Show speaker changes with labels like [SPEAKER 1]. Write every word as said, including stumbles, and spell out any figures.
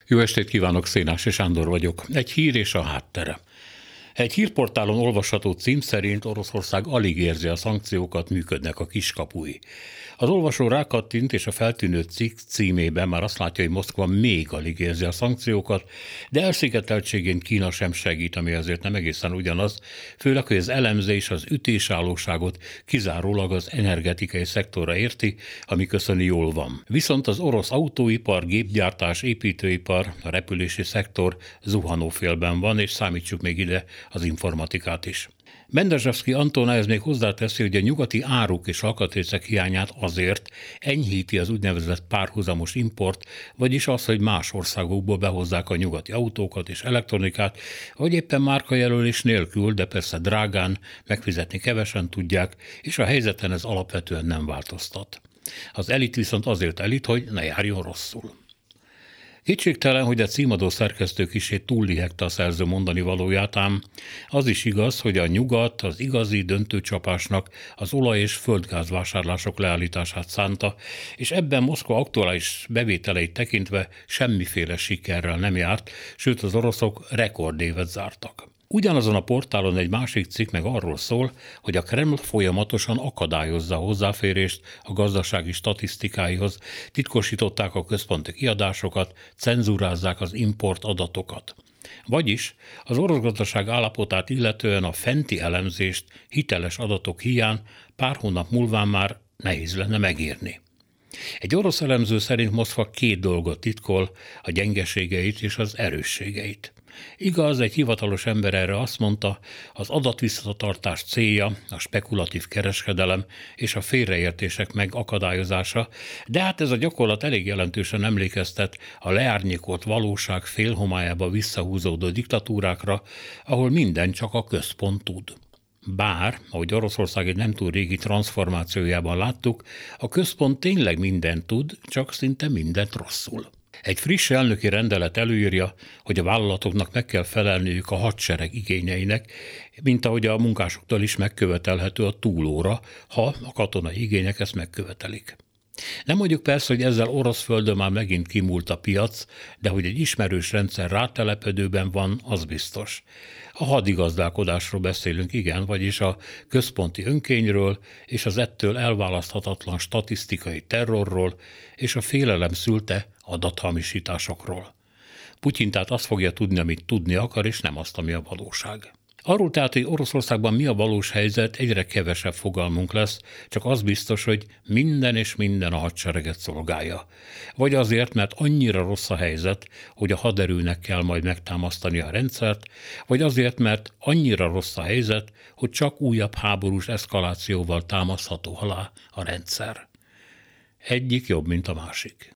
[SPEAKER 1] Jó estét kívánok, Szénási Sándor vagyok. Egy hír és a háttere. Egy hírportálon olvasható cím szerint Oroszország alig érzi a szankciókat, működnek a kiskapui. Az olvasó rákattint, és a feltűnő cikk címében már azt látja, hogy Moszkva még alig érzi a szankciókat, de elszigeteltségén Kína sem segít, ami azért nem egészen ugyanaz, főleg, hogy az elemzés az ütésállóságot kizárólag az energetikai szektorra érti, ami köszöni jól van. Viszont az orosz autóipar, gépgyártás, építőipar, a repülési szektor zuhanófélben van, és számítsuk még ide az informatikát is. Mendezsevszky Anton ehhez még hozzáteszi, hogy a nyugati áruk és alkatrészek hiányát azért enyhíti az úgynevezett párhuzamos import, vagyis az, hogy más országokból behozzák a nyugati autókat és elektronikát, vagy éppen márkajelölés nélkül, de persze drágán, megfizetni kevesen tudják, és a helyzeten ez alapvetően nem változtat. Az elit viszont azért elit, hogy ne járjon rosszul. Kétségtelen, hogy a címadó szerkesztő kissé túllihegte a szerző mondani valóját, ám az is igaz, hogy a nyugat az igazi döntőcsapásnak az olaj- és földgázvásárlások leállítását szánta, és ebben Moszkva aktuális bevételeit tekintve semmiféle sikerrel nem járt, sőt az oroszok rekordévet zártak. Ugyanazon a portálon egy másik cikk meg arról szól, hogy a Kreml folyamatosan akadályozza a hozzáférést a gazdasági statisztikáihoz, titkosították a központi kiadásokat, cenzúrázzák az import adatokat. Vagyis az orosz gazdaság állapotát illetően a fenti elemzést hiteles adatok hiány pár hónap múlván már nehéz lenne megírni. Egy orosz elemző szerint Moszkva két dolgot titkol, a gyengeségeit és az erősségeit. Igaz, egy hivatalos ember erre azt mondta, az adatvisszatartás célja a spekulatív kereskedelem és a félreértések megakadályozása, de hát ez a gyakorlat elég jelentősen emlékeztet a leárnyékolt valóság félhomályába visszahúzódó diktatúrákra, ahol minden csak a központ tud. Bár, ahogy Oroszország egy nem túl régi transformációjában láttuk, a központ tényleg mindent tud, csak szinte mindent rosszul. Egy friss elnöki rendelet előírja, hogy a vállalatoknak meg kell felelniük a hadsereg igényeinek, mint ahogy a munkásoktól is megkövetelhető a túlóra, ha a katonai igények ezt megkövetelik. Nem mondjuk persze, hogy ezzel orosz földön már megint kimúlt a piac, de hogy egy ismerős rendszer rátelepedőben van, az biztos. A hadigazdálkodásról beszélünk, igen, vagyis a központi önkényről és az ettől elválaszthatatlan statisztikai terrorról és a félelem szülte adathamisításokról. Putyin tehát azt fogja tudni, amit tudni akar, és nem azt, ami a valóság. Arról tehát, hogy Oroszországban mi a valós helyzet, egyre kevesebb fogalmunk lesz, csak az biztos, hogy minden és minden a hadsereget szolgálja. Vagy azért, mert annyira rossz a helyzet, hogy a haderőnek kell majd megtámasztani a rendszert, vagy azért, mert annyira rossz a helyzet, hogy csak újabb háborús eszkalációval támaszható alá a rendszer. Egyik jobb, mint a másik.